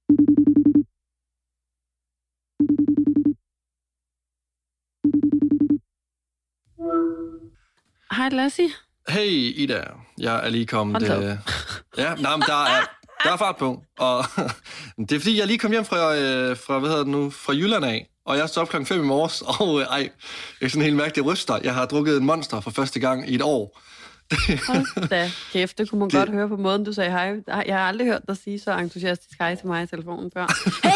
Hej Lassie. Hey Ida, jeg er lige kommet... Ja, men der er fart på. Og det er fordi, jeg lige kom hjem fra Jylland af, og jeg stod op 5:00 i morges, og jeg er sådan en helt mærkelig ryster. Jeg har drukket en Monster for første gang i et år. Hold da kæft, det kunne man godt høre på måden, du sagde hej. Jeg har aldrig hørt dig sige så entusiastisk hej til mig i telefonen før.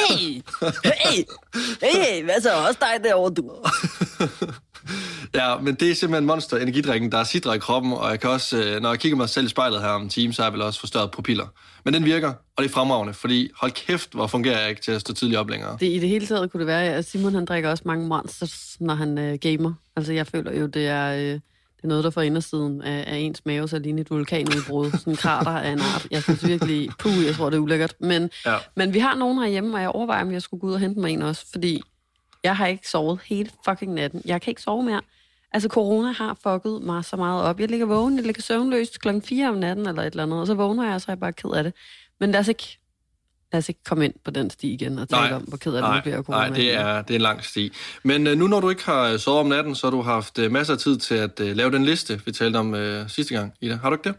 Hey, hvad så? Også dig derovre, du? Ja, men det er simpelthen Monster, energidrikken, der er sidder i kroppen, og jeg kan også, når jeg kigger mig selv i spejlet her om en time, så er jeg vel også forstørret pupiller. Men den virker, og det er fremragende, fordi hold kæft, hvor fungerer jeg ikke til at stå tidligt op længere. I det hele taget kunne det være, at Simon han drikker også mange Monsters, når han gamer. Altså jeg føler jo, det er noget, der får indersiden af ens mave, så lige et vulkanudbrud, sådan en krater af en art. Jeg synes virkelig, jeg tror, det er ulækkert. Men vi har nogen herhjemme, og jeg overvejer, om jeg skulle gå ud og hente mig en også, fordi jeg har ikke sovet hele fucking natten. Jeg kan ikke sove mere. Altså, corona har fucket mig så meget op. Jeg ligger vågen, jeg ligger søvnløs 4:00 om natten eller et eller andet, og så vågner jeg, og så er jeg bare ked af det. Men lad os ikke komme ind på den sti igen og tale om, hvor ked af det bliver corona. Nej, det er en lang sti. Men nu, når du ikke har sovet om natten, så har du haft masser af tid til at lave den liste, vi talte om sidste gang, Ida. Har du ikke det?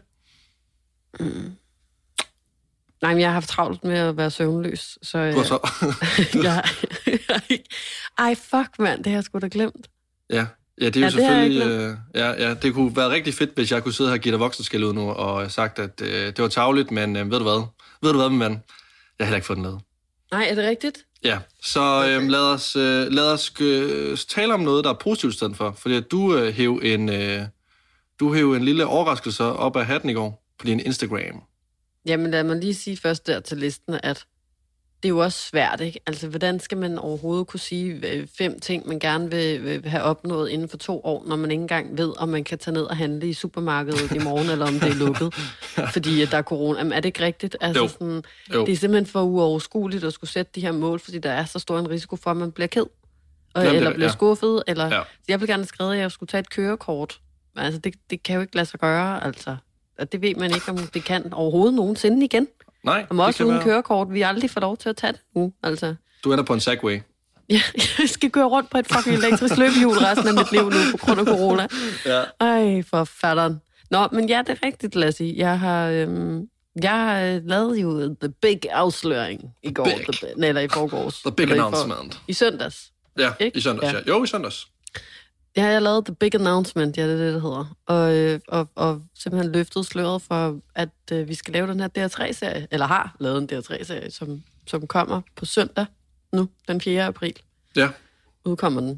Nej, men jeg har haft travlt med at være søvnløs, så... Ej, fuck, mand, det har jeg sgu da glemt. Ja, det er jo selvfølgelig... det kunne være rigtig fedt, hvis jeg kunne sidde her og give dig voksenskæld ud nu, og sagt, at det var tarveligt, men ved du hvad? Ved du hvad, min mand? Jeg har heller ikke fået den lavet. Nej, er det rigtigt? Ja, så lad os tale om noget, der er positivt i stedet for. Fordi at du hæv en lille overraskelse op af hatten i går på din Instagram. Jamen lad mig lige sige først der til listen, at det er jo også svært, ikke? Altså, hvordan skal man overhovedet kunne sige 5 ting, man gerne vil have opnået inden for 2 år, når man ikke engang ved, om man kan tage ned og handle i supermarkedet i morgen, eller om det er lukket, fordi at der er corona. Jamen, er det ikke rigtigt? Altså, sådan, det er simpelthen for uoverskueligt at skulle sætte de her mål, fordi der er så stor en risiko for, at man bliver ked, eller bliver skuffet. Eller, så jeg vil gerne have skrevet, at jeg skulle tage et kørekort. Altså, det kan jo ikke lade sig gøre, altså. Og det ved man ikke, om det kan overhovedet nogensinde igen. Nej, og også uden kørekort. Vi aldrig får lov til at tage det nu, altså. Du ender på en Segway. Ja, jeg skal køre rundt på et fucking elektrisk løbehjul resten af mit liv nu, på grund af corona. Ja. Ej, for fatteren. Nå, men ja, det er rigtigt, Lassie. Jeg har lavet jo the big afsløring i går. Eller i forgårs. The big announcement. I søndags. Ja, ikke? I søndags, ja. Jo, i søndags. Ja, jeg lavede the big announcement, ja, det er det hedder. Og simpelthen løftet sløret for, at vi skal lave den her DR3-serie, eller har lavet en DR3-serie, som kommer på søndag nu, den 4. april. Ja. Udkommer den.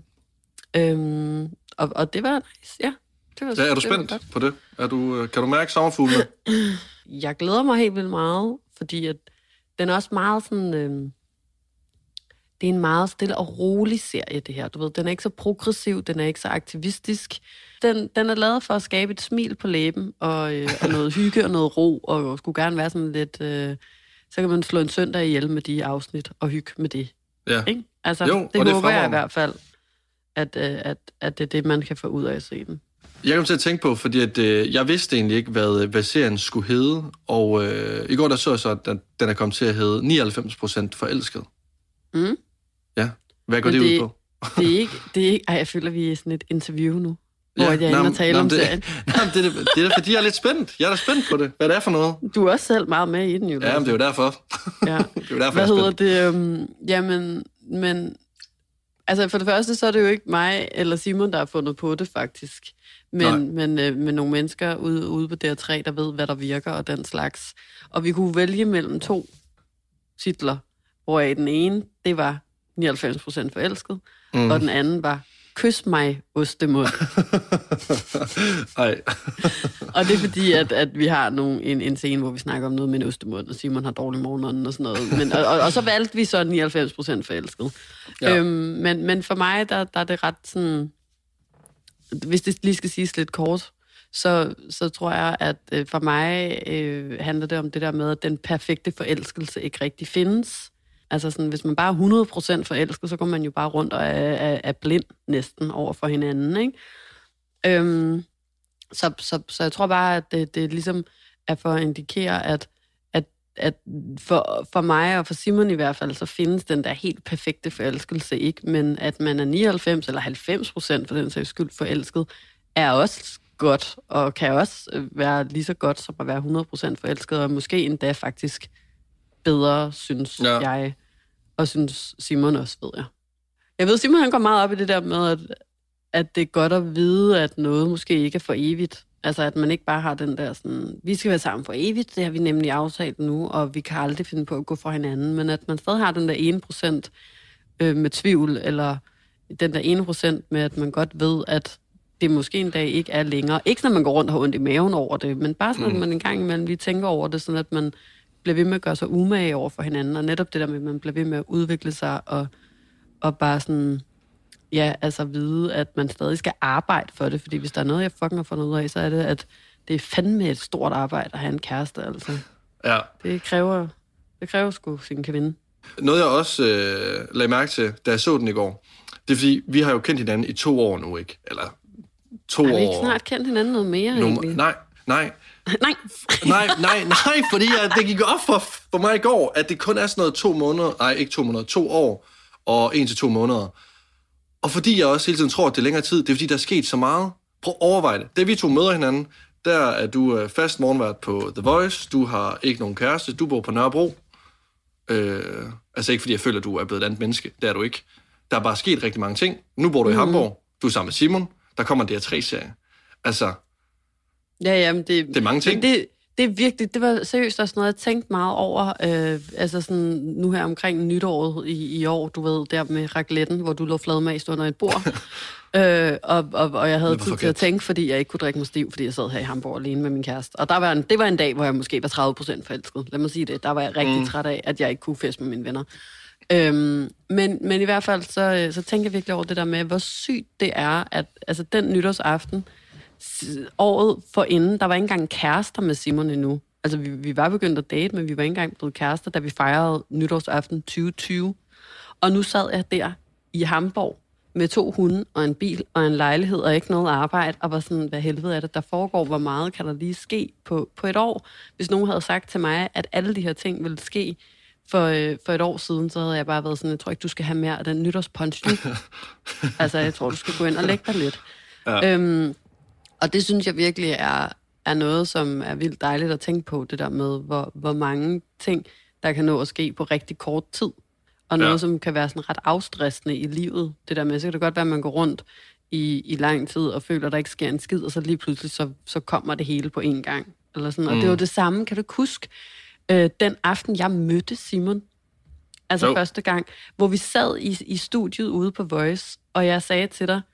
Og det var nice, ja. Er du spændt på det? Kan du mærke sommerfuglene? Jeg glæder mig helt vildt meget, fordi at den er også meget sådan... Det er en meget stille og rolig serie, det her. Du ved, den er ikke så progressiv, den er ikke så aktivistisk. Den er lavet for at skabe et smil på læben, og noget hygge og noget ro, og skulle gerne være sådan lidt... så kan man slå en søndag ihjel med de afsnit, og hygge med det. Ja. Ikke? Altså, jo, det håber jeg i hvert fald, at det er det, man kan få ud af at se den. Jeg kom til at tænke på, fordi at, jeg vidste egentlig ikke, hvad serien skulle hedde, og i går der så jeg så, at den er kommet til at hedde 99% forelsket. Mm. Ja, hvad går det ud på? det er ikke... Ej, jeg føler, vi er i sådan et interview nu, hvor jeg er inde og tale om serien. Det er fordi, jeg er lidt spændt. Jeg er da spændt på det. Hvad det er for noget? Du er også selv meget med i den, jo. Ja, men det er jo derfor. Ja. Det er jo derfor, hvad hedder det? Jamen, men... Altså, for det første, så er det jo ikke mig eller Simon, der har fundet på det, faktisk. Men nogle mennesker ude på DR3, der ved, hvad der virker og den slags. Og vi kunne vælge mellem 2 titler, hvoraf den ene, det var 99% forelsket, og den anden var Kys mig, ostemund. Ej. Og det er fordi, at vi har en scene, hvor vi snakker om noget med en ostemund, og Simon har dårlig morgenånden og sådan noget. Men, og så valgte vi så 99% forelsket. Ja. Men for mig, der er det ret sådan... Hvis det lige skal siges lidt kort, så tror jeg, at for mig handler det om det der med, at den perfekte forelskelse ikke rigtig findes. Altså sådan, hvis man bare er 100% forelsket, så går man jo bare rundt og er blind næsten over for hinanden, ikke? Så jeg tror bare, at det ligesom er for at indikere, at for mig og for Simon i hvert fald, så findes den der helt perfekte forelskelse ikke, men at man er 99 eller 90% for den sags skyld forelsket, er også godt, og kan også være lige så godt som at være 100% forelsket, og måske endda faktisk bedre, synes jeg, og synes Simon også, ved jeg. Jeg ved, Simon han går meget op i det der med, at det er godt at vide, at noget måske ikke er for evigt. Altså, at man ikke bare har den der sådan, vi skal være sammen for evigt, det har vi nemlig aftalt nu, og vi kan aldrig finde på at gå fra hinanden, men at man stadig har den der 1% med tvivl, eller den der 1% med, at man godt ved, at det måske en dag ikke er længere. Ikke når man går rundt og har ondt i maven over det, men bare sådan, at man en gang imellem lige tænker over det, sådan at man bliver ved med at gøre sig umage over for hinanden, og netop det der med, at man bliver ved med at udvikle sig, og bare sådan, ja, altså vide, at man stadig skal arbejde for det, fordi hvis der er noget, jeg fucking har fundet ud af, så er det, at det er fandme et stort arbejde at have en kæreste, altså. Ja. Det kræver sgu sin kvinde. Noget jeg også lagde mærke til, da jeg så den i går, det er fordi, vi har jo kendt hinanden i 2 år nu, ikke? Eller 2 år. Har vi ikke snart kendt hinanden noget mere, egentlig? Nej. Nej, fordi det gik op for mig i går, at det kun er sådan noget 2 måneder, nej, ikke 2 måneder, 2 år og 1 til 2 måneder. Og fordi jeg også hele tiden tror, at det er længere tid, det er fordi, der er sket så meget. Prøv at overveje det. Da vi 2 møder hinanden, der er du fast morgenvært på The Voice, du har ikke nogen kæreste, du bor på Nørrebro. Altså ikke fordi jeg føler, at du er blevet et andet menneske, det er du ikke. Der er bare sket rigtig mange ting. Nu bor du i Hamburg, du er sammen med Simon, der kommer en DR3-serie. Altså, ja, men det er mange ting. Det er virkelig, det var seriøst også noget, jeg tænkte meget over, altså sådan nu her omkring nytåret i år, du ved, der med racletten, hvor du lå fladmast under et bord. Og jeg havde tid til at tænke, fordi jeg ikke kunne drikke mig stiv, fordi jeg sad her i Hamburg alene med min kæreste. Og det var en dag, hvor jeg måske var 30% forelsket. Lad mig sige det. Der var jeg rigtig træt af, at jeg ikke kunne feste med mine venner. Men i hvert fald, så tænker jeg virkelig over det der med, hvor sygt det er, at altså den nytårsaften, året forinden, der var ikke engang kærester med Simon endnu. Altså, vi var begyndt at date, men vi var ikke engang blevet kærester, da vi fejrede nytårsaften 2020. Og nu sad jeg der i Hamburg med 2 hunde og en bil og en lejlighed og ikke noget arbejde, og var sådan, hvad helvede er det, der foregår? Hvor meget kan der lige ske på et år? Hvis nogen havde sagt til mig, at alle de her ting ville ske for et år siden, så havde jeg bare været sådan, jeg tror ikke, du skal have mere af den nytårspunch nu. Altså, jeg tror, du skal gå ind og lægge dig lidt. Ja. Og det synes jeg virkelig er noget, som er vildt dejligt at tænke på, det der med, hvor mange ting, der kan nå at ske på rigtig kort tid. Og noget, som kan være sådan ret afstressende i livet. Det der med, så kan det godt være, at man går rundt i lang tid og føler, at der ikke sker en skid, og så lige pludselig, så kommer det hele på én gang. Eller sådan. Og det var det samme, kan du huske, den aften, jeg mødte Simon, altså første gang, hvor vi sad i studiet ude på Voice, og jeg sagde til dig,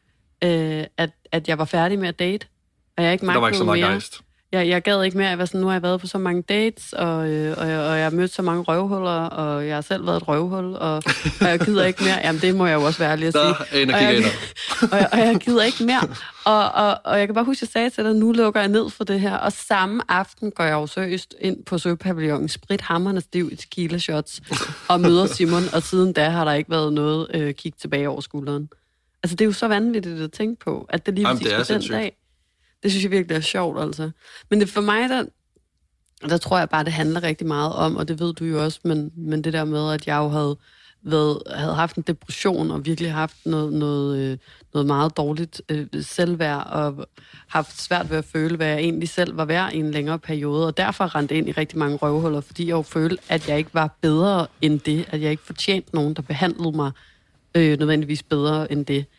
at jeg var færdig med at date, og jeg ikke magtede mere. Der var ikke så meget gejst. Jeg gad ikke mere. Jeg var sådan, nu har jeg været på så mange dates, og jeg har mødt så mange røvhuller, og jeg har selv været et røvhul, og jeg gider ikke mere. Jamen, det må jeg jo også være ærlig at sige. Og jeg gider ikke mere. Og jeg kan bare huske, at jeg sagde til dig, nu lukker jeg ned for det her. Og samme aften går jeg jo seriøst ind på Søpavillonen, sprithamrende stiv i tequila shots, og møder Simon, og siden da har der ikke været noget kig tilbage over skulderen. Altså, det er jo så vanvittigt at tænke på, at det lige præcis på den dag. Det synes jeg virkelig er sjovt, altså. Men det for mig, der tror jeg bare, det handler rigtig meget om, og det ved du jo også, men det der med, at jeg jo havde haft en depression, og virkelig haft noget meget dårligt selvværd, og haft svært ved at føle, hvad jeg egentlig selv var værd i en længere periode, og derfor rendte ind i rigtig mange røvhuller, fordi jeg jo følte, at jeg ikke var bedre end det, at jeg ikke fortjente nogen, der behandlede mig nødvendigvis bedre end det.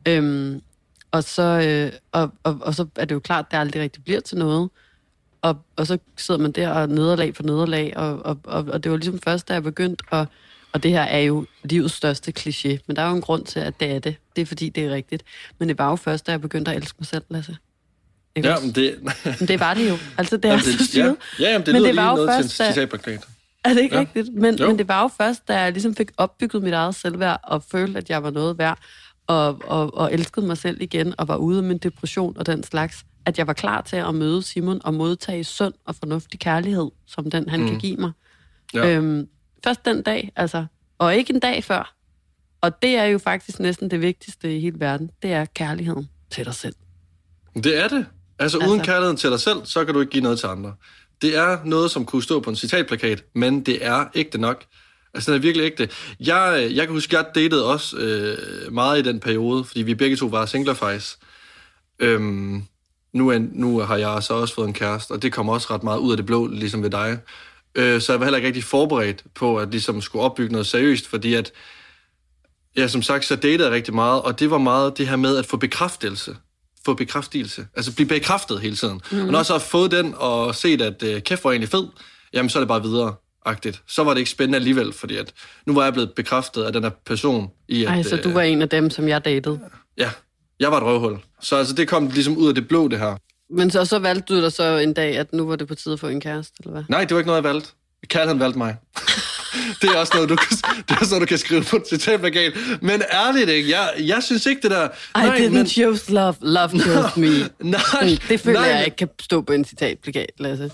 Og så er det jo klart, at det aldrig rigtig bliver til noget. Og så sidder man der og nederlag for nederlag, og det var ligesom først, da jeg begyndte, og det her er jo livets største kliché, men der er jo en grund til, at det er det. Det er fordi, det er rigtigt. Men det var jo først, da jeg begyndte at elske mig selv, Lasse. Ja, men det... men det var det jo. Altså, det er så syret. Ja, jamen, det lyder lige noget til en citatplakat. Er det ikke rigtigt? Men det var jo først, da jeg ligesom fik opbygget mit eget selvværd, og følte, at jeg var noget værd, og elskede mig selv igen, og var ude af min depression og den slags, at jeg var klar til at møde Simon og modtage sund og fornuftig kærlighed, som den han kan give mig. Ja. Først den dag, altså, og ikke en dag før. Og det er jo faktisk næsten det vigtigste i hele verden. Det er kærligheden til dig selv. Det er det. Altså uden kærligheden til dig selv, så kan du ikke give noget til andre. Det er noget, som kunne stå på en citatplakat, men det er ægte nok. Altså, det er virkelig ægte. Jeg kan huske, jeg datede også meget i den periode, fordi vi begge to var singler faktisk. Nu har jeg så også fået en kæreste, og det kom også ret meget ud af det blå, ligesom ved dig. Så jeg var heller ikke rigtig forberedt på, at ligesom skulle opbygge noget seriøst, fordi at jeg som sagt så datede rigtig meget, og det var meget det her med at få bekræftelse. Altså blive bekræftet hele tiden. Og når jeg så har fået den og set, at kæft var egentlig fed, jamen så er det bare videre-agtigt. Så var det ikke spændende alligevel, fordi at nu var jeg blevet bekræftet af den her person i at... så du var en af dem, som jeg datede? Ja, jeg var et røvhul. Så altså, det kom ligesom ud af det blå, det her. Men så valgte du dig så en dag, at nu var det på tide at få en kæreste, eller hvad? Nej, det var ikke noget, jeg valgte. Kærligheden valgte mig. Det er også noget, du kan skrive på et citatplakat. Men ærligt ikke, jeg synes ikke det der... I didn't choose love, love chose me. Det føler jeg ikke kan stå på en citatplakat, Lasse.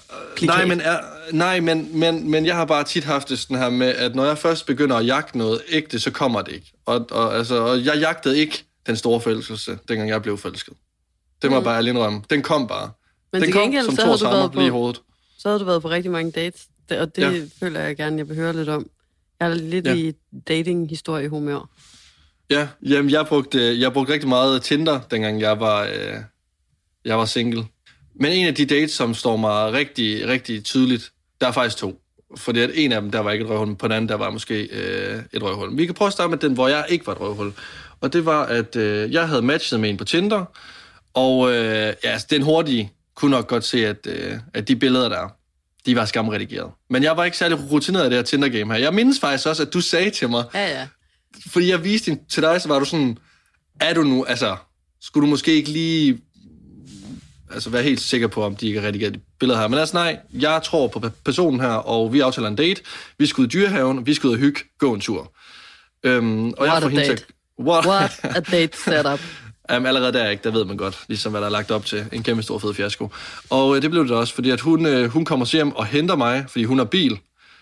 Men jeg har bare tit haft det sådan her med, at når jeg først begynder at jagte noget ægte, så kommer det ikke. Og jeg jagtede ikke den store forelskelse, dengang jeg blev forelsket. Det må jeg bare alene indrømme. Den kom bare. Men den kom som to sommer lige i hovedet. Så havde du været på rigtig mange dates, og det føler jeg gerne, jeg vil høre lidt om. Jeg er lidt i dating-historie-humør. Ja, jamen jeg brugte rigtig meget Tinder, dengang jeg var single. Men en af de dates, som står mig rigtig, rigtig tydeligt, der er faktisk 2. Fordi at en af dem, der var ikke et røvhul, men på den anden, der var måske et røvhul. Vi kan prøve at starte med den, hvor jeg ikke var et røvhul. Og det var, at jeg havde matchet med en på Tinder, og den hurtige kunne nok godt se, at de billeder der, de var skamredigeret. Men jeg var ikke særlig rutineret i det her Tinder-game her. Jeg mindes faktisk også, at du sagde til mig, fordi jeg viste til dig, så var du sådan, er du nu, altså, skulle du måske ikke lige være helt sikker på, om de ikke har redigeret de billeder her. Men altså nej, jeg tror på personen her, og vi aftaler en date. Vi skal ud i Dyrehaven, vi skal ud og hygge, gå en tur. What a date setup. Jamen, allerede der ved man godt, ligesom hvad der er lagt op til. En kæmpe stor fed fiasko. Og det blev det også, fordi at hun kommer hjem og henter mig, fordi hun har bil.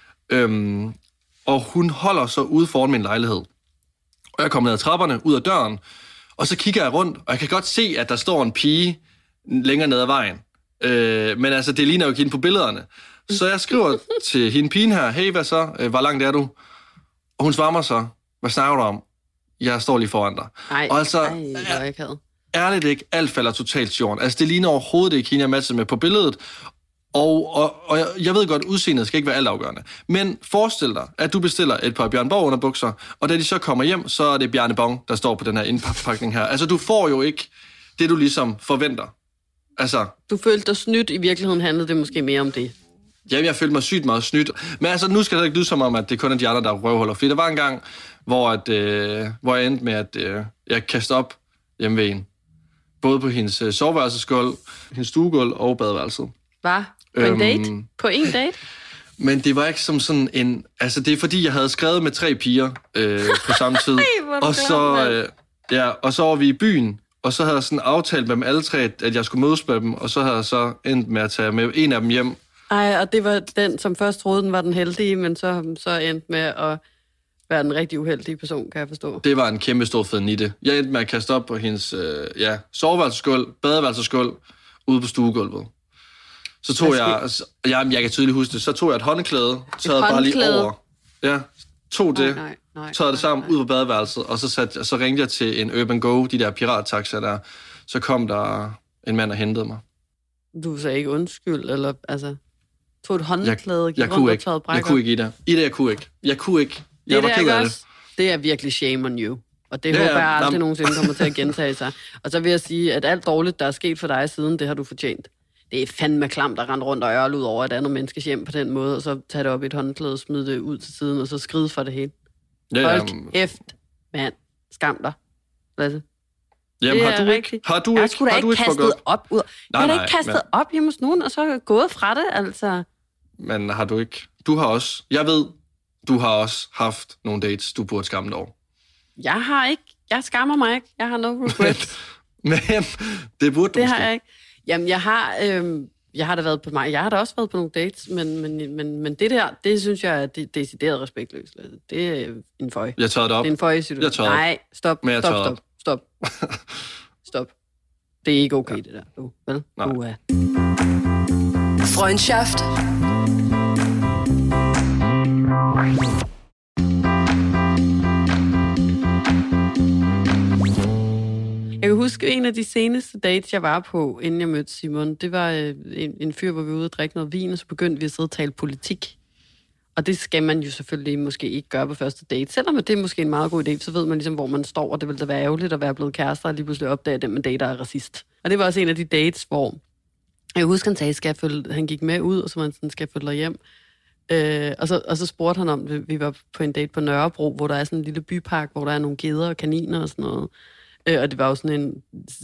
Og hun holder så ude foran min lejlighed. Og jeg kommer ned ad trapperne, ud af døren, og så kigger jeg rundt, og jeg kan godt se, at der står en pige længere ned ad vejen. Men altså, det ligner jo ikke hende på billederne. Så jeg skriver til hende pigen her, hey, hvad så? Hvor langt er du? Og hun svarer mig så, hvad snakker du om? Jeg står lige foran dig. Og altså, ærligt ikke, alt falder totalt til jorden. Altså, det ligner overhovedet ikke hende, jeg matcher med på billedet. Og jeg ved godt, udseendet skal ikke være altafgørende. Men forestil dig, at du bestiller et par Bjørn Borg underbukser, og da de så kommer hjem, så er det Bjarne Bong, der står på den her indpakning her. Altså, du får jo ikke det, du ligesom forventer. Altså, du følte dig snydt, i virkeligheden handlede det måske mere om det. Jamen, jeg følte mig sygt meget snydt. Men altså, nu skal det ikke lyde som om, at det kun er de andre, der røvhuller. Fordi der var en gang, hvor jeg endte med, at jeg kastede op hjemme ved en. Både på hendes soveværelsesgulv, hendes stuegulv og badeværelset. Hvad? På en date? På en date? Men det var ikke som sådan en... Altså, det er fordi, jeg havde skrevet med 3 piger på samme tid. Og så var vi i byen, og så havde jeg sådan aftalt med dem alle 3, at jeg skulle mødes med dem, og så havde jeg så endt med at tage med en af dem hjem. Og det var den, som først troede, den var den heldige, men så endte med at være den rigtig uheldige person, kan jeg forstå. Det var en kæmpe stor fed nitte. Jeg endte med at kaste op på hendes soveværelsesgulv, badeværelsesgulv, ude på stuegulvet. Så tog jeg kan tydeligt huske det, så tog jeg et håndklæde, tørrede bare lige over. Ja, tog det, tørrede det sammen ud på badeværelset, og så ringte jeg til en Urban Go, de der pirattaxaer der. Så kom der en mand og hentede mig. Du sagde ikke undskyld, eller altså... Tog et håndklæde, jeg kunne ikke. Jeg kunne ikke, Ida. Jeg kunne ikke. Jeg var ked af det. Det er virkelig shame on you. Og det håber jeg aldrig nogensinde kommer til at gentage sig. Og så vil jeg sige, at alt dårligt, der er sket for dig siden, det har du fortjent. Det er fandme klamt at rende rundt og ørle ud over et andet menneskes hjem på den måde, og så tage det op i et håndklæde, smide det ud til siden, og så skride for det hele. Hold kæft, mand. Skam dig. Lasse. Jamen, har du ikke kastet op ud. Jeg har ikke kastet op hjemme hos nogen, og så gået fra det, altså. Men har du ikke? Du har også. Jeg ved, du har også haft nogle dates, du burde skamme dig over. Jeg har ikke. Jeg skammer mig ikke. Jeg har no regrets. Men det burde du måske. Har jeg ikke. Jamen, jeg har da været på mig. Jeg har da også været på nogle dates, men det der, det synes jeg er decideret respektløst. Det er en føj. Jeg tørrede op. Det er en føj-situation. Nej, stop. Stop. Det er ikke okay, det der. Vel? Freundschaft. Jeg kan huske, en af de seneste dates, jeg var på, inden jeg mødte Simon, det var en fyr, hvor vi var ude og drikke noget vin, og så begyndte vi at sidde og tale politik. Og det skal man jo selvfølgelig måske ikke gøre på første date. Selvom det er måske en meget god idé, så ved man ligesom, hvor man står, og det vil da være ærgerligt at være blevet kærester, og lige pludselig opdage, at den man dater er racist. Og det var også en af de dates, hvor jeg husker, han sagde, han gik med ud, og så var han sådan, skal jeg følge dig hjem? Og så spurgte han om det. Vi var på en date på Nørrebro, hvor der er sådan en lille bypark, hvor der er nogle geder og kaniner og sådan noget. Og det var jo sådan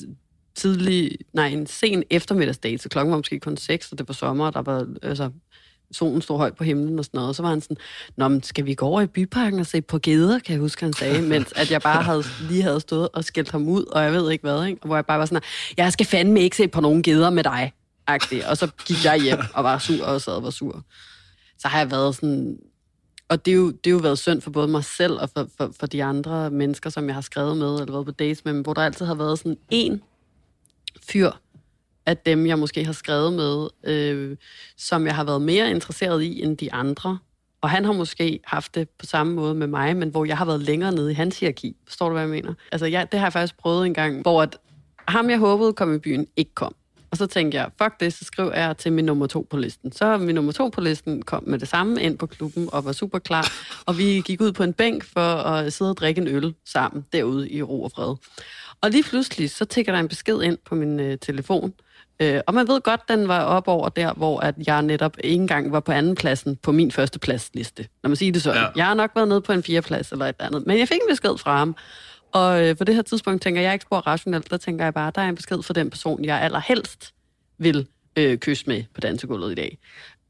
en sen eftermiddagsdate, så klokken var måske kun 6, og det var sommer, og der var, solen stod højt på himlen og sådan noget. Og så var han sådan, nå, men skal vi gå over i byparken og se på geder, kan jeg huske, han sagde, mens at jeg bare lige havde stået og skældt ham ud, og jeg ved ikke hvad, ikke? Og hvor jeg bare var sådan, jeg skal fandme ikke se på nogen geder med dig, agtig. Og så gik jeg hjem og var sur, og sad og var sur. Så har jeg været sådan... Og det er jo været synd for både mig selv og for de andre mennesker, som jeg har skrevet med, eller været på dates med, hvor der altid har været sådan en fyr af dem, jeg måske har skrevet med, som jeg har været mere interesseret i end de andre. Og han har måske haft det på samme måde med mig, men hvor jeg har været længere nede i hans hierarki. Forstår du, hvad jeg mener? Altså, det har jeg faktisk prøvet en gang, hvor at ham, jeg håbede kom i byen, ikke kom. Og så tænkte jeg, fuck det, så skriver jeg til min nummer 2 på listen. Så min nummer 2 på listen kom med det samme ind på klubben og var super klar. Og vi gik ud på en bænk for at sidde og drikke en øl sammen derude i ro og fred. Og lige pludselig, så tikker der en besked ind på min telefon. Og man ved godt, den var op over der, hvor at jeg netop ikke engang var på anden pladsen på min første pladsliste. Når man siger det sådan. Ja. Jeg har nok været nede på en 4. plads eller et andet. Men jeg fik en besked fra ham. Og på det her tidspunkt tænker jeg ikke spor rationelt, der tænker jeg bare, der er en besked for den person, jeg allerhelst vil kysse med på dansegulvet i dag.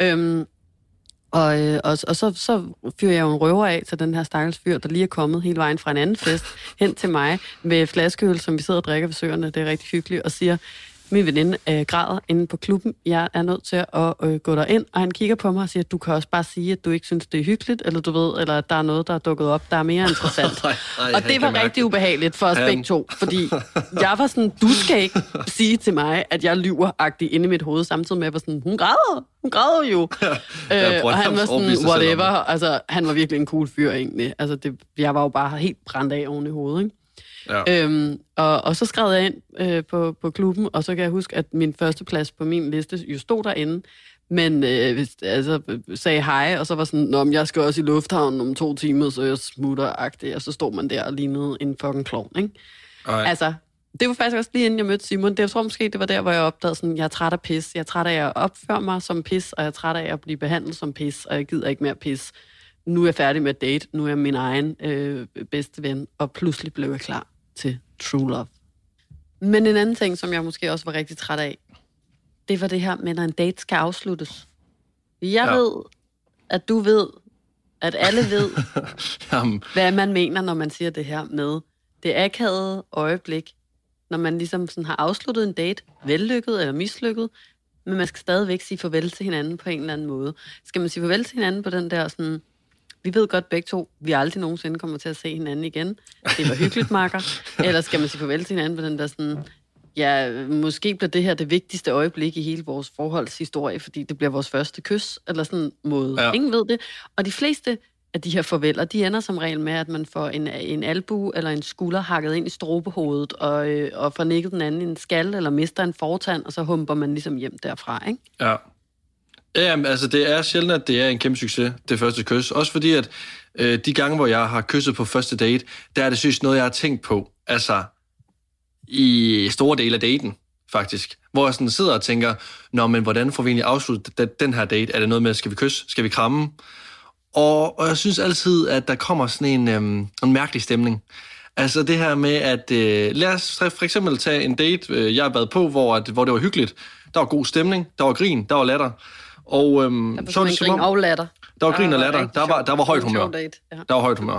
Og så fyrer jeg jo en røver af til den her stakkels fyr, der lige er kommet hele vejen fra en anden fest hen til mig med flaskeøl, som vi sidder og drikker ved søerne. Det er rigtig hyggeligt, og siger, min veninde græder inde på klubben. Jeg er nødt til at gå derind, og han kigger på mig og siger, du kan også bare sige, at du ikke synes, det er hyggeligt, eller du ved, eller at der er noget, der er dukket op, der er mere interessant. Og det var rigtig ubehageligt for os begge to, fordi jeg var sådan, du skal ikke sige til mig, at jeg lyver-agtigt inde i mit hoved, samtidig med, at jeg var sådan, hun græder jo. Og han var sådan, whatever. Altså, han var virkelig en cool fyr egentlig. Altså, jeg var jo bare helt brændt af oven i hovedet, ikke? Ja. Og så skrev jeg ind på klubben, og så kan jeg huske, at min første plads på min liste jo stod derinde, men sagde hej, og så var sådan, nå, jeg skal også i lufthavnen om 2 timer, så jeg smutter-agtigt, og så stod man der og lignede en fucking klovn, ikke? Altså, det var faktisk også lige inden jeg mødte Simon. Jeg tror måske, det var der, hvor jeg opdagede sådan, jeg er træt af pis, jeg er træt af at opføre mig som pis, og jeg er træt af at blive behandlet som pis, og jeg gider ikke mere pis. Nu er jeg færdig med at date, nu er jeg min egen bedste ven, og pludselig blev jeg klar til true love. Men en anden ting, som jeg måske også var rigtig træt af, det var det her med, når en date skal afsluttes. Jeg ved, at du ved, at alle ved, hvad man mener, når man siger det her med det akavede øjeblik, når man ligesom sådan har afsluttet en date, vellykket eller mislykket, men man skal stadigvæk sige farvel til hinanden på en eller anden måde. Skal man sige farvel til hinanden på den der sådan, vi ved godt begge to, vi aldrig nogensinde kommer til at se hinanden igen. Det var hyggeligt, makker. Eller skal man sige farvel til hinanden på den der sådan, ja, måske bliver det her det vigtigste øjeblik i hele vores forholdshistorie, fordi det bliver vores første kys, eller sådan måde. Ja. Ingen ved det. Og de fleste af de her farveler, de ender som regel med, at man får en albue eller en skulder hakket ind i strobehovedet, og får nikket den anden i en skal, eller mister en fortand, og så humper man ligesom hjem derfra, ikke? Ja. Ja, altså det er sjældent, at det er en kæmpe succes, det første kys. Også fordi, at de gange, hvor jeg har kysset på første date, der er det synes noget, jeg har tænkt på. Altså, i store dele af daten, faktisk. Hvor jeg sådan sidder og tænker, nå, men hvordan får vi egentlig afsluttet den her date? Er det noget med, skal vi kysse? Skal vi kramme? Og jeg synes altid, at der kommer sådan en mærkelig stemning. Altså det her med, at lad os for eksempel tage en date, jeg har været på, hvor det var hyggeligt. Der var god stemning, der var grin, der var latter. Og så var det grin og latter. Der var grin og latter. Der var højt humør. Der var højt humør.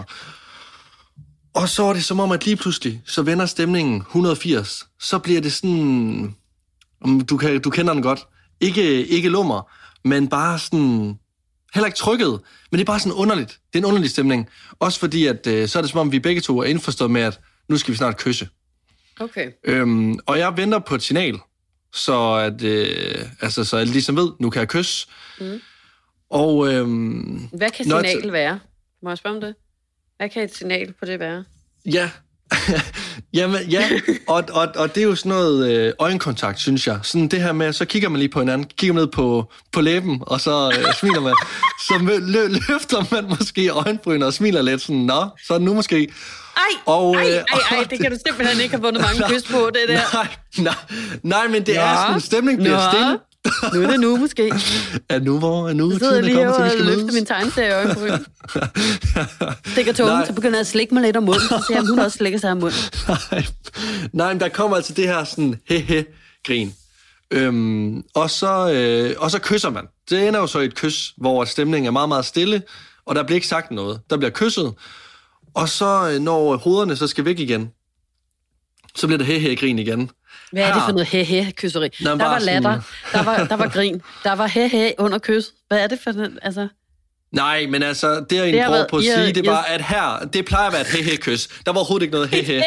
Og så er det som om, at lige pludselig, så vender stemningen 180. Så bliver det sådan, du kender den godt, ikke lummer, men bare sådan, heller ikke trykket, men det er bare sådan underligt. Det er en underlig stemning. Også fordi, at så er det som om, vi begge to er indforstået med, at nu skal vi snart kysse. Okay. Og jeg venter på et signal, så at så jeg ligesom ved, nu kan jeg kysse. Mm. Og, hvad kan signalet være? Må jeg spørge om det? Hvad kan et signal på det være? Ja, jamen, ja. Og det er jo sådan noget øjenkontakt, synes jeg. Sådan det her med, så kigger man lige på hinanden, kigger man ned på læben, og så smiler man. Så løfter man måske øjenbryn og smiler lidt sådan, nå, så er det nu måske. Det kan du simpelthen ikke have vundet mange kys på, det der. Nej, men det er sådan, stemning bliver stille. Nu er det nu, måske. Nu så sidder jeg lige og løfter min tegneserie i øjenbryn. Stikker tungen, så begynder jeg at slikke mig lidt om munden, så ser jeg, hun også slikker sig om munden. Nej, men der kommer altså det her sådan he-he-grin. Og så kysser man. Det ender jo så i et kys, hvor stemningen er meget, meget stille, og der bliver ikke sagt noget. Der bliver kysset, og så når hovederne så skal væk igen, så bliver det he-he-grin igen. Hvad er det for noget he-he-kysseri? Der var latter, der var grin, der var he-he under kys. Hvad er det for den, altså? Nej, men altså, det jeg egentlig prøver på at sige, det var, at her, det plejer at være et he-he-kys. Der var overhovedet ikke noget he-he.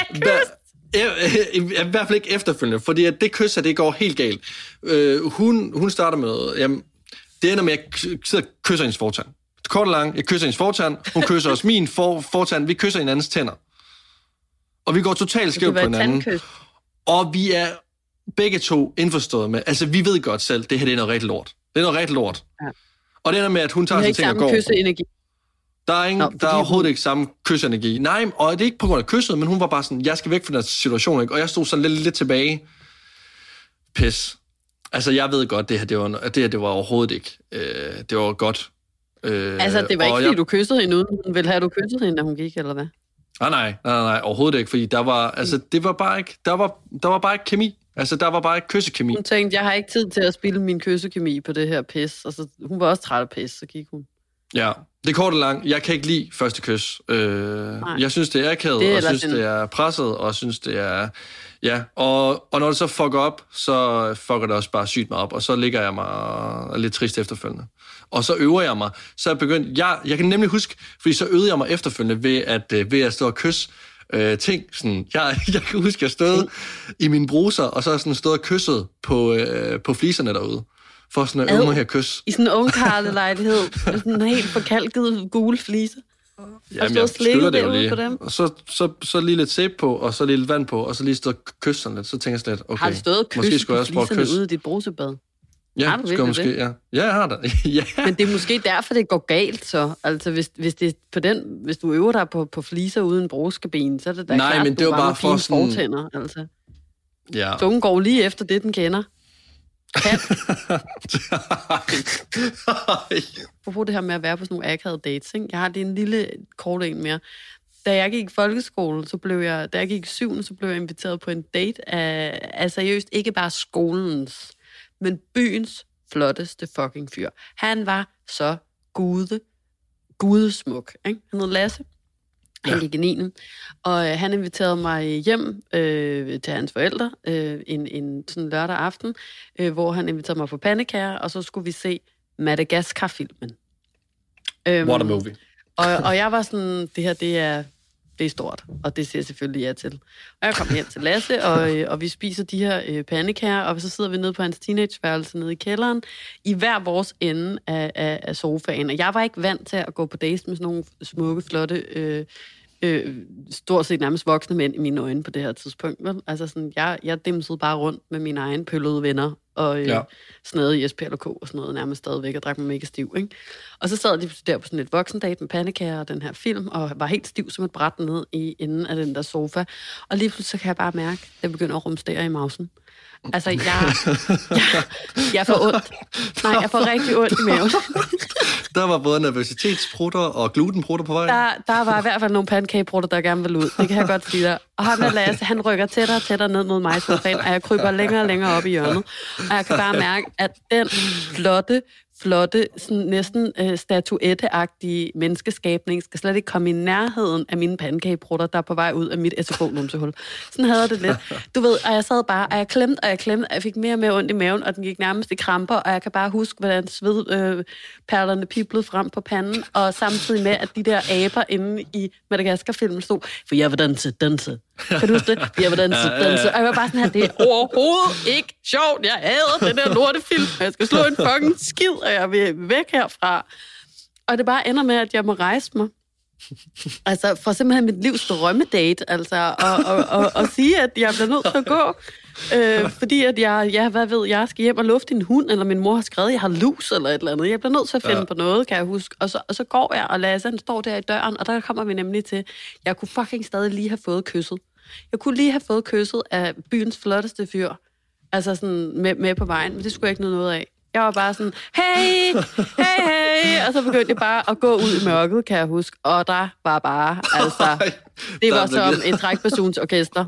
I hvert fald ikke efterfølgende, fordi at det kys, det går helt galt. Hun starter med noget, jamen, det ender med, at jeg sidder og kysser hendes fortand. Kort og lang, jeg kysser hendes fortand, hun kysser også min fortand, vi kysser hinandens tænder. Og vi går totalt skævt på hinanden. Og vi er begge to indforstået med, altså vi ved godt selv, det her det er noget rigtig lort. Det er noget rigtig lort. Ja. Og det ender med, at hun tager sin ting og går. Kysseenergi. Der er overhovedet ikke samme kysseenergi. Nej, og det er ikke på grund af kysset, men hun var bare sådan, jeg skal væk fra den situation, ikke? Og jeg stod sådan lidt tilbage. Pis. Altså jeg ved godt, det her det var overhovedet ikke. Det var godt. Altså det var ikke, fordi du kyssede hende uden, hun ville have, du kyssede hende, da hun gik, eller hvad? Nej, overhovedet ikke, fordi der var, altså det var bare ikke, der var bare ikke kemi. Altså der var bare ikke kyssekemi. Hun tænkte, jeg har ikke tid til at spille min kyssekemi på det her pis, og så hun var også træt af pis, så gik hun. Ja, det er kort og langt. Jeg kan ikke lide første kys. Jeg synes, det er akavet, og jeg synes, det er presset, og jeg synes, det er... Ja, og når det så fucker op, så fucker det også bare sygt mig op, og så ligger jeg mig lidt trist efterfølgende. Og så øver jeg mig. Så jeg begyndt... Jeg kan nemlig huske, fordi så øvede jeg mig efterfølgende ved at stå og kysse ting. Sådan, jeg kan huske, at jeg stod i mine bruser, og så sådan stået og kysset på fliserne derude. For sådan at øve mig her kys. I sådan en ungkarle-lejlighed, med sådan en helt forkalket gule flise. Jamen, jeg skyller det jo lige. Og så lige lidt sæbe på, og så lidt vand på, og så lige stå og kysse sådan lidt. Så tænker jeg sådan lidt, okay, har du stået og kysset på fliserne ude i dit brusebad? Ja, har du virkelig måske, det? Ja, jeg har det. Ja. Men det er måske derfor, det går galt så. Altså, hvis du øver dig på fliser uden en bruskabine, så er det da klart, men det var bare for sådan... fortænder, altså. Ja. Tungen går lige efter det, den kender. Apropos det her med at være på sådan nogle akavede dates, ikke? Jeg har lige en lille kort en mere. Da jeg gik i folkeskole, da jeg gik i 7. så blev jeg inviteret på en date af seriøst ikke bare skolens, men byens flotteste fucking fyr. Han var så gudesmuk, ikke? Han hed Lasse. Han gik i 9. Og han inviterede mig hjem til hans forældre en sådan lørdag aften, hvor han inviterede mig på pandekager, og så skulle vi se Madagascar-filmen. What a movie. Og jeg var sådan, det her, det er stort, og det siger jeg selvfølgelig ja til. Og jeg kom hjem til Lasse, og vi spiser de her pandekager, og så sidder vi nede på hans teenageværelse nede i kælderen, i hver vores ende af sofaen. Og jeg var ikke vant til at gå på dates med sådan nogle smukke, flotte, stort set nærmest voksne mænd i mine øjne på det her tidspunkt. Vel? Altså sådan, jeg dimsede bare rundt med mine egne pøllede venner, og snadede i SPLK og sådan noget, nærmest stadigvæk, og drak mig mega stiv, ikke? Og så sad de der på sådan et voksendate med pandekager og den her film, og var helt stiv som et bræt ned i enden af den der sofa. Og lige pludselig så kan jeg bare mærke, at jeg begynder at rumstere i mausen. Altså, jeg får ondt. Nej, jeg får rigtig ondt i maven. Der var både nervøsitetsprutter og glutenprutter på vej. Der var i hvert fald nogle pandekageprutter, der gerne ville ud. Det kan jeg godt sige dig. Og ham med Lasse, han rykker tættere og tættere ned mod mig, og jeg kryber længere og længere op i hjørnet. Og jeg kan bare mærke, at den flotte, sådan næsten statuetteagtige menneskeskabning skal slet ikke komme i nærheden af mine pandekageprutter, der er på vej ud af mit SFO-numsehul. Sådan havde jeg det lidt. Du ved, og jeg sad bare, og jeg klemte, og jeg fik mere og mere ondt i maven, og den gik nærmest i kramper, og jeg kan bare huske, hvordan svedperlerne piblede frem på panden, og samtidig med, at de der aber inde i Madagascar-filmen stod, for jeg vil danse. Kan du huske det? Jeg var danse. Og jeg var bare sådan her, det er overhovedet ikke sjovt. Jeg hader den der lortefilm. Jeg skal slå en fucking skid, og jeg vil væk herfra. Og det bare ender med, at jeg må rejse mig. Altså, for simpelthen mit livs drømmedate, altså, og sige, at jeg bliver nødt til at gå. Fordi at jeg skal hjem og lufte en hund, eller min mor har skrevet, at jeg har lus eller et eller andet. Jeg bliver nødt til at finde på noget, kan jeg huske. Og så går jeg, og Lasse, han står der i døren, og der kommer vi nemlig til, jeg kunne fucking stadig lige have fået kysset. Jeg kunne lige have fået kysset af byens flotteste fyr. Altså sådan med på vejen, men det skulle jeg ikke noget af. Jeg var bare sådan, hey, og så begyndte jeg bare at gå ud i mørket, kan jeg huske. Og der var bare, altså, det var som en trækpersonorkester.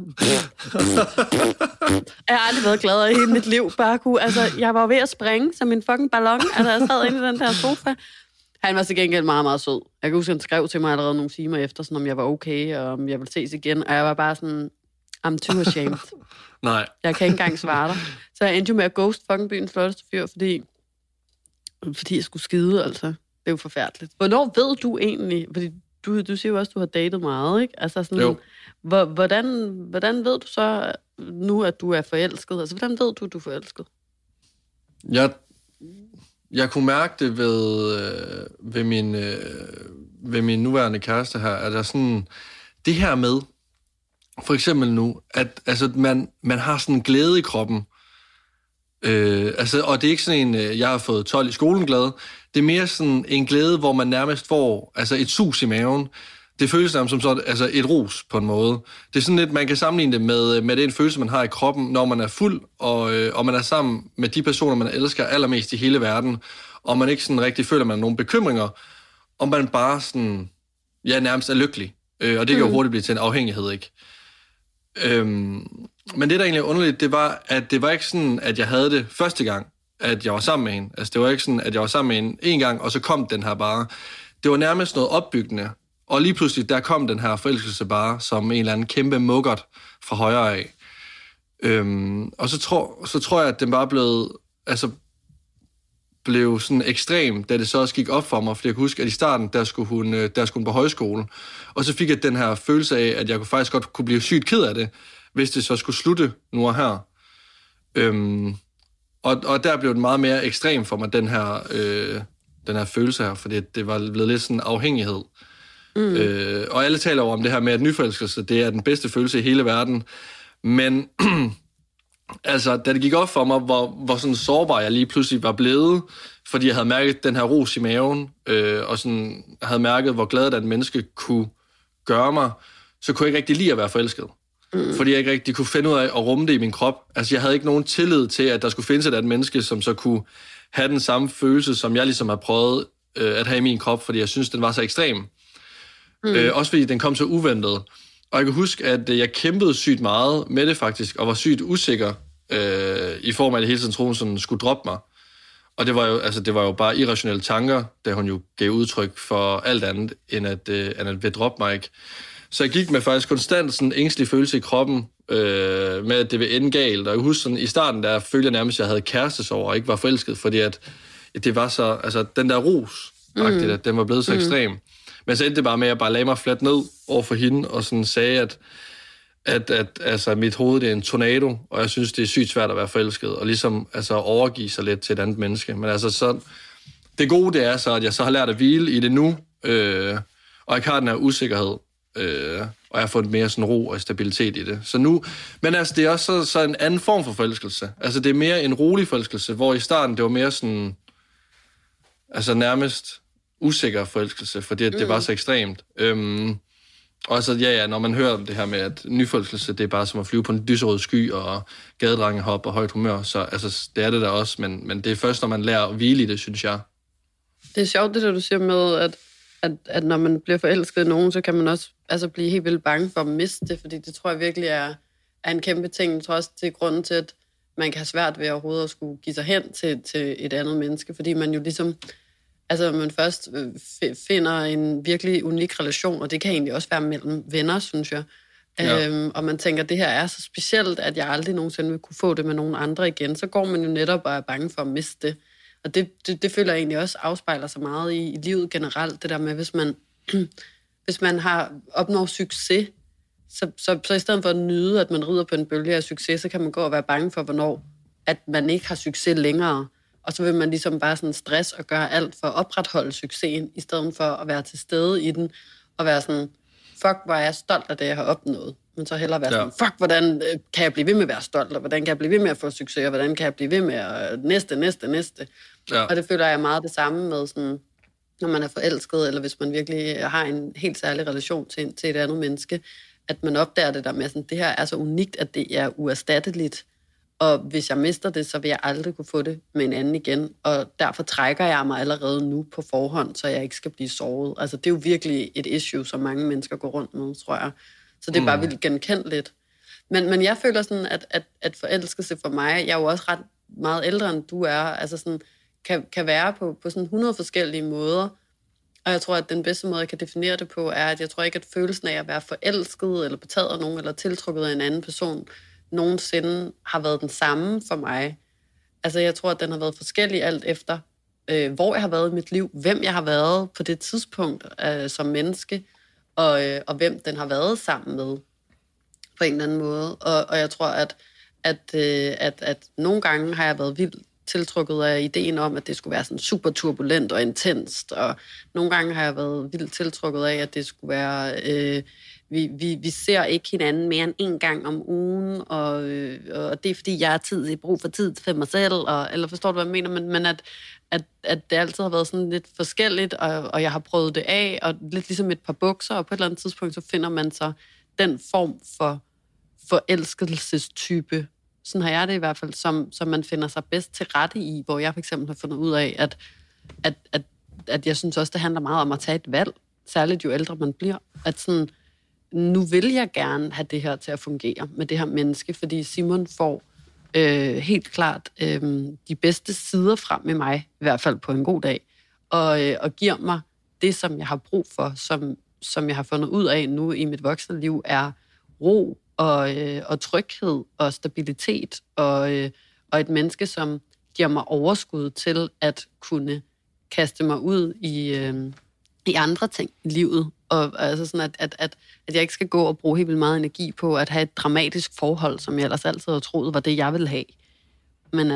Jeg har aldrig været gladere i hele mit liv. Bare kunne, altså, jeg var ved at springe som en fucking ballon, altså jeg sad inde i den der sofa. Han var til gengæld meget, meget sød. Jeg kan huske, han skrev til mig allerede nogle timer efter, sådan, om jeg var okay, og om jeg ville ses igen. Og jeg var bare sådan, I'm too ashamed. Nej. Jeg kan ikke engang svare dig. Så jeg endte jo med at ghost fucking byens flotteste fyr, fordi jeg skulle skide, altså. Det er jo forfærdeligt. Hvornår ved du egentlig, fordi du siger jo også, at du har datet meget, ikke? Altså sådan, jo. Hvordan ved du så nu, at du er forelsket? Altså, hvordan ved du, at du er forelsket? Jeg kunne mærke det ved min nuværende kæreste her, at der sådan, det her med, for eksempel nu, at altså, man har sådan en glæde i kroppen. Og det er ikke sådan en, jeg har fået 12 i skolen glæde. Det er mere sådan en glæde, hvor man nærmest får altså et sus i maven. Det føles som sådan, altså et ros på en måde. Det er sådan lidt, man kan sammenligne det med den følelse, man har i kroppen, når man er fuld, og man er sammen med de personer, man elsker allermest i hele verden, og man ikke sådan rigtig føler, man har nogle bekymringer, og man bare sådan, nærmest er lykkelig. Og det kan jo hurtigt blive til en afhængighed, ikke? Men det, der egentlig er underligt, det var, at det var ikke sådan, at jeg havde det første gang, at jeg var sammen med hende. Altså, det var ikke sådan, at jeg var sammen med hende en gang, og så kom den her bare. Det var nærmest noget opbyggende. Og lige pludselig, der kom den her forelskelse bare, som en eller anden kæmpe muggert fra højre af. Og så tror jeg, at den bare blev sådan ekstrem, da det så også gik op for mig. Fordi jeg kan huske, at i starten, der skulle hun på højskole. Og så fik jeg den her følelse af, at jeg faktisk godt kunne blive sygt ked af det, hvis det så skulle slutte nu og her. Og der blev det meget mere ekstrem for mig, den her følelse her, fordi det var blevet lidt sådan en afhængighed. Og alle taler over om det her med, at nyforelskelse, det er den bedste følelse i hele verden. Men altså, da det gik op for mig, hvor sådan sårbar jeg lige pludselig var blevet, fordi jeg havde mærket den her ros i maven, og sådan havde mærket, hvor glad et menneske kunne gøre mig, så kunne jeg ikke rigtig lide at være forelsket. Fordi jeg ikke rigtig kunne finde ud af at rumme det i min krop. Altså, jeg havde ikke nogen tillid til, at der skulle findes et andet menneske, som så kunne have den samme følelse, som jeg ligesom har prøvet at have i min krop, fordi jeg synes, den var så ekstrem. Også fordi den kom så uventet. Og jeg kan huske, at jeg kæmpede sygt meget med det faktisk, og var sygt usikker i form af, at det hele tiden troede, sådan skulle droppe mig. Og det var jo bare irrationelle tanker, da hun jo gav udtryk for alt andet, end at vil droppe mig, ikke? Så jeg gik med faktisk konstant sådan en ængstelig følelse i kroppen, med at det ville ende galt. Og jeg husker sådan, i starten, der følte jeg nærmest, at jeg havde kærestesorg og ikke var forelsket, fordi at det var så, altså den der ros, at den var blevet så ekstrem. Men så endte det bare med, at jeg bare lagde mig fladt ned over for hende, og sådan sagde, at altså, mit hoved det er en tornado, og jeg synes, det er sygt svært at være forelsket, og ligesom altså, overgive sig lidt til et andet menneske. Men altså, så, det gode det er så, at jeg så har lært at hvile i det nu, og jeg har den her usikkerhed, og jeg har fået mere sådan ro og stabilitet i det. Så nu, men altså, det er også så en anden form for forelskelse. Altså, det er mere en rolig forelskelse, hvor i starten, det var mere sådan, altså nærmest usikker forelskelse, fordi at det var så ekstremt. Og så, når man hører om det her med, at nyforelskelse, det er bare som at flyve på en lyserød sky, og gadedrengehop og højt humør, så altså, det er det der også, men det er først, når man lærer at hvile i det, synes jeg. Det er sjovt, det der du siger med, at når man bliver forelsket i nogen, så kan man også altså, blive helt vildt bange for at miste det, fordi det tror jeg virkelig er en kæmpe ting. Jeg tror også, det er grunden til, at man kan have svært ved overhovedet at skulle give sig hen til et andet menneske, fordi man jo ligesom, altså man først finder en virkelig unik relation, og det kan egentlig også være mellem venner, synes jeg. Ja. Og man tænker, at det her er så specielt, at jeg aldrig nogensinde vil kunne få det med nogen andre igen. Så går man jo netop og er bange for at miste det. Og det føler jeg egentlig også afspejler sig meget i livet generelt, det der med, hvis man har opnået succes, Så i stedet for at nyde, at man rider på en bølge af succes, så kan man gå og være bange for, hvornår at man ikke har succes længere. Og så vil man ligesom bare sådan stress og gøre alt for at opretholde succesen, i stedet for at være til stede i den, og være sådan, fuck, hvor er jeg stolt af det, jeg har opnået. Men så hellere være sådan, fuck, hvordan kan jeg blive ved med at være stolt, og hvordan kan jeg blive ved med at få succes, og hvordan kan jeg blive ved med at næste. Ja. Og det føler jeg meget det samme med sådan, når man er forelsket, eller hvis man virkelig har en helt særlig relation til et andet menneske, at man opdager det der med sådan, det her er så unikt, at det er uerstatteligt, og hvis jeg mister det, så vil jeg aldrig kunne få det med en anden igen, og derfor trækker jeg mig allerede nu på forhånd, så jeg ikke skal blive såret. Altså det er jo virkelig et issue, som mange mennesker går rundt med, tror jeg. Så det er bare vildt genkendeligt. Men jeg føler sådan, at forelskelse for mig, jeg er jo også ret meget ældre end du er, altså sådan, kan være på sådan 100 forskellige måder. Og jeg tror, at den bedste måde, jeg kan definere det på, er, at jeg tror ikke, at følelsen af at være forelsket, eller betaget af nogen, eller tiltrukket af en anden person, nogensinde har været den samme for mig. Altså jeg tror, at den har været forskellig alt efter, hvor jeg har været i mit liv, hvem jeg har været på det tidspunkt som menneske, og hvem den har været sammen med på en eller anden måde. Og jeg tror, at nogle gange har jeg været vildt tiltrukket af ideen om, at det skulle være sådan super turbulent og intenst, og nogle gange har jeg været vildt tiltrukket af, at det skulle være, vi ser ikke hinanden mere end en gang om ugen, og det er fordi, jeg har brug for tid for mig selv, eller forstår du, hvad jeg mener, men at det altid har været sådan lidt forskelligt, og jeg har prøvet det af, og lidt ligesom et par bukser, og på et eller andet tidspunkt, så finder man så den form for forelskelsestype, sådan har jeg det i hvert fald, som man finder sig bedst til rette i, hvor jeg for eksempel har fundet ud af, at jeg synes også, det handler meget om at tage et valg, særligt jo ældre man bliver, at sådan, nu vil jeg gerne have det her til at fungere med det her menneske, fordi Simon får helt klart de bedste sider frem i mig, i hvert fald på en god dag, og giver mig det, som jeg har brug for, som jeg har fundet ud af nu i mit voksne liv, er ro og tryghed og stabilitet og et menneske, som giver mig overskud til at kunne kaste mig ud i andre ting i livet. Og altså sådan, at jeg ikke skal gå og bruge helt vildt meget energi på at have et dramatisk forhold, som jeg ellers altid har troet var det, jeg ville have. Men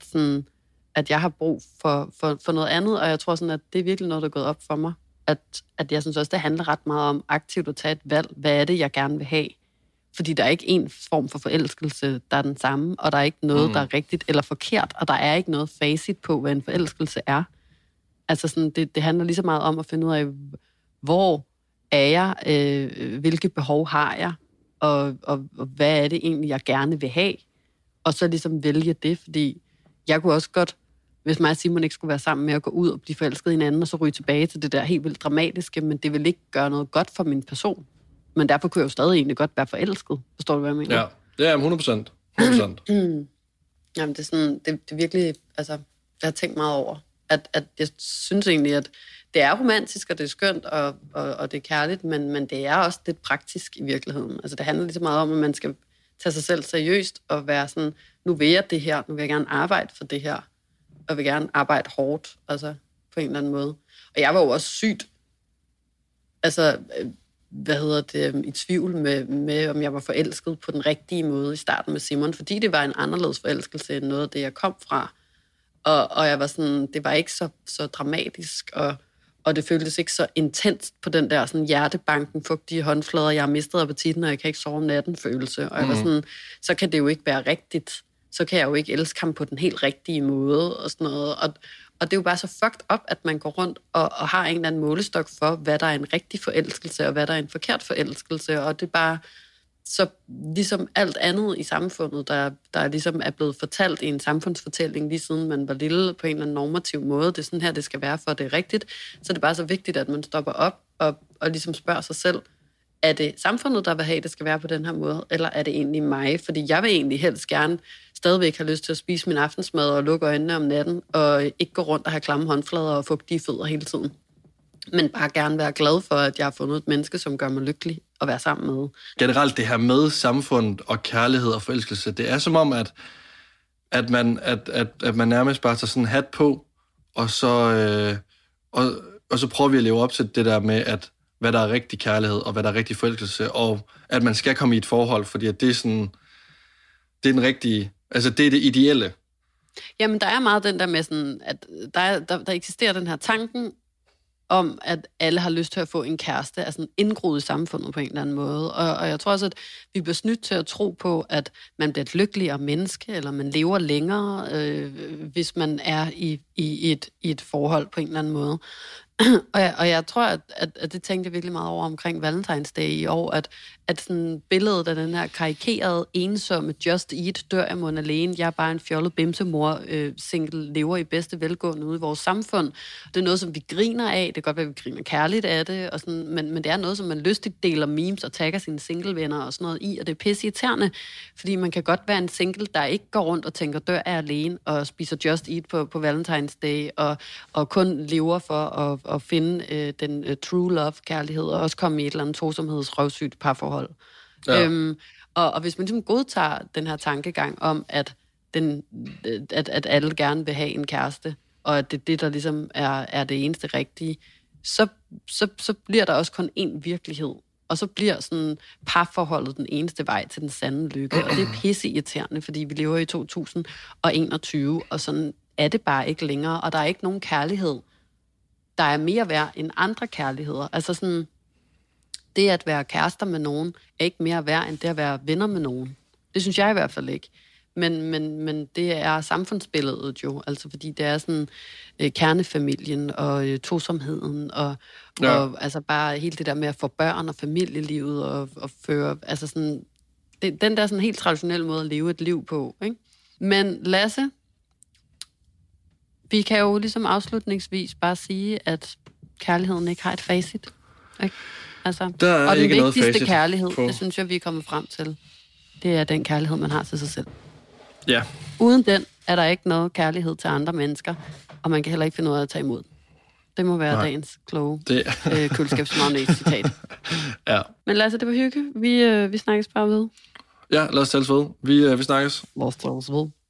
at jeg har brug for noget andet, og jeg tror sådan, at det er virkelig noget, der er gået op for mig. At jeg synes også, det handler ret meget om aktivt at tage et valg. Hvad er det, jeg gerne vil have? Fordi der er ikke en form for forelskelse, der er den samme, og der er ikke noget, der er rigtigt eller forkert, og der er ikke noget facit på, hvad en forelskelse er. Altså sådan, det handler lige så meget om at finde ud af, hvor er jeg, hvilke behov har jeg, og hvad er det egentlig, jeg gerne vil have, og så ligesom vælge det, fordi jeg kunne også godt, hvis mig og Simon ikke skulle være sammen med at gå ud og blive forelsket i hinanden, og så ryge tilbage til det der helt vildt dramatiske, men det vil ikke gøre noget godt for min person. Men derfor kunne jeg jo stadig egentlig godt være forelsket. Forstår du, hvad jeg mener? Ja, det er 100%. 100%. Jamen, det er sådan, det er virkelig, altså, jeg har tænkt meget over, at jeg synes egentlig, at det er romantisk, og det er skønt, og det er kærligt, men det er også lidt praktisk i virkeligheden. Altså, det handler lige så meget om, at man skal tage sig selv seriøst, og være sådan, nu vil jeg det her, nu vil jeg gerne arbejde for det her, og vil gerne arbejde hårdt, altså, på en eller anden måde. Og jeg var jo også sygt, altså, i tvivl med, om jeg var forelsket på den rigtige måde i starten med Simon, fordi det var en anderledes forelskelse end noget af det, jeg kom fra. Og jeg var sådan, det var ikke så dramatisk, og det føltes ikke så intenst på den der sådan hjertebanken, fugtige håndflader, jeg har mistet appetitten, og jeg kan ikke sove om natten følelse. Og jeg var sådan, så kan det jo ikke være rigtigt. Så kan jeg jo ikke elske ham på den helt rigtige måde, og sådan noget. Og det er jo bare så fucked up, at man går rundt og har en eller anden målestok for, hvad der er en rigtig forelskelse, og hvad der er en forkert forelskelse. Og det er bare så ligesom alt andet i samfundet, der ligesom er blevet fortalt i en samfundsfortælling, lige siden man var lille på en eller anden normativ måde. Det er sådan her, det skal være, for at det er rigtigt. Så det er bare så vigtigt, at man stopper op og ligesom spørger sig selv, er det samfundet, der vil have, at det skal være på den her måde, eller er det egentlig mig? Fordi jeg vil egentlig helst gerne stadigvæk have lyst til at spise min aftensmad og lukke øjnene om natten, og ikke gå rundt og have klamme håndflader og fugtige fødder hele tiden. Men bare gerne være glad for, at jeg har fundet et menneske, som gør mig lykkelig at være sammen med. Generelt det her med samfundet og kærlighed og forelskelse, det er som om, at man nærmest bare tager sådan en hat på, og så prøver vi at leve op til det der med, at hvad der er rigtig kærlighed, og hvad der er rigtig forelskelse, og at man skal komme i et forhold, fordi at det er sådan, det er den rigtige, altså det er det ideelle. Jamen, der er meget den der med sådan, at der eksisterer den her tanken om, at alle har lyst til at få en kæreste, altså indgroet i samfundet på en eller anden måde. Og jeg tror også, at vi bliver snydt til at tro på, at man bliver et lykkeligere menneske, eller man lever længere, hvis man er i et forhold på en eller anden måde. Og jeg tror, at det tænkte jeg virkelig meget over omkring Valentine's Day i år, at sådan billedet af den her karikerede, ensomme Just Eat, dør af mund alene, jeg er bare en fjollet bimsemor, single, lever i bedste velgående ude i vores samfund. Det er noget, som vi griner af, det kan godt være, at vi griner kærligt af det, og sådan, men det er noget, som man lystigt deler memes og tagger sine singlevenner og sådan noget i, og det er pisseirriterende, fordi man kan godt være en single, der ikke går rundt og tænker, dør af alene, og spiser Just Eat på Valentine's Day, og kun lever for at finde den true love-kærlighed, og også komme i et eller andet tosomhedsrøvsygt parforhold. Ja. Og hvis man ligesom godtager den her tankegang om, at alle gerne vil have en kæreste, og at det er det, der ligesom er det eneste rigtige, så bliver der også kun én virkelighed. Og så bliver sådan parforholdet den eneste vej til den sande lykke. Og det er pisseirriterende, fordi vi lever i 2021, og sådan er det bare ikke længere. Og der er ikke nogen kærlighed, der er mere værd end andre kærligheder. Altså sådan, det at være kærester med nogen, er ikke mere værd end det at være venner med nogen. Det synes jeg i hvert fald ikke. Men det er samfundsbilledet jo, altså fordi det er sådan kernefamilien og tosomheden og altså bare hele det der med at få børn og familielivet og føre, altså sådan, den der sådan helt traditionelle måde at leve et liv på, ikke? Men Lasse, vi kan jo ligesom afslutningsvis bare sige, at kærligheden ikke har et facit, ikke? Altså, der er og den ikke vigtigste kærlighed, det synes jeg, vi er kommet frem til, det er den kærlighed, man har til sig selv. Ja. Uden den er der ikke noget kærlighed til andre mennesker, og man kan heller ikke finde noget at tage imod. Det må være dagens kloge køleskabsmagnet-citat. Ja. Men Lasse, det var hygge. Vi snakkes bare ved. Ja, lad os tales ved. Vi snakkes. Lad os tales ved.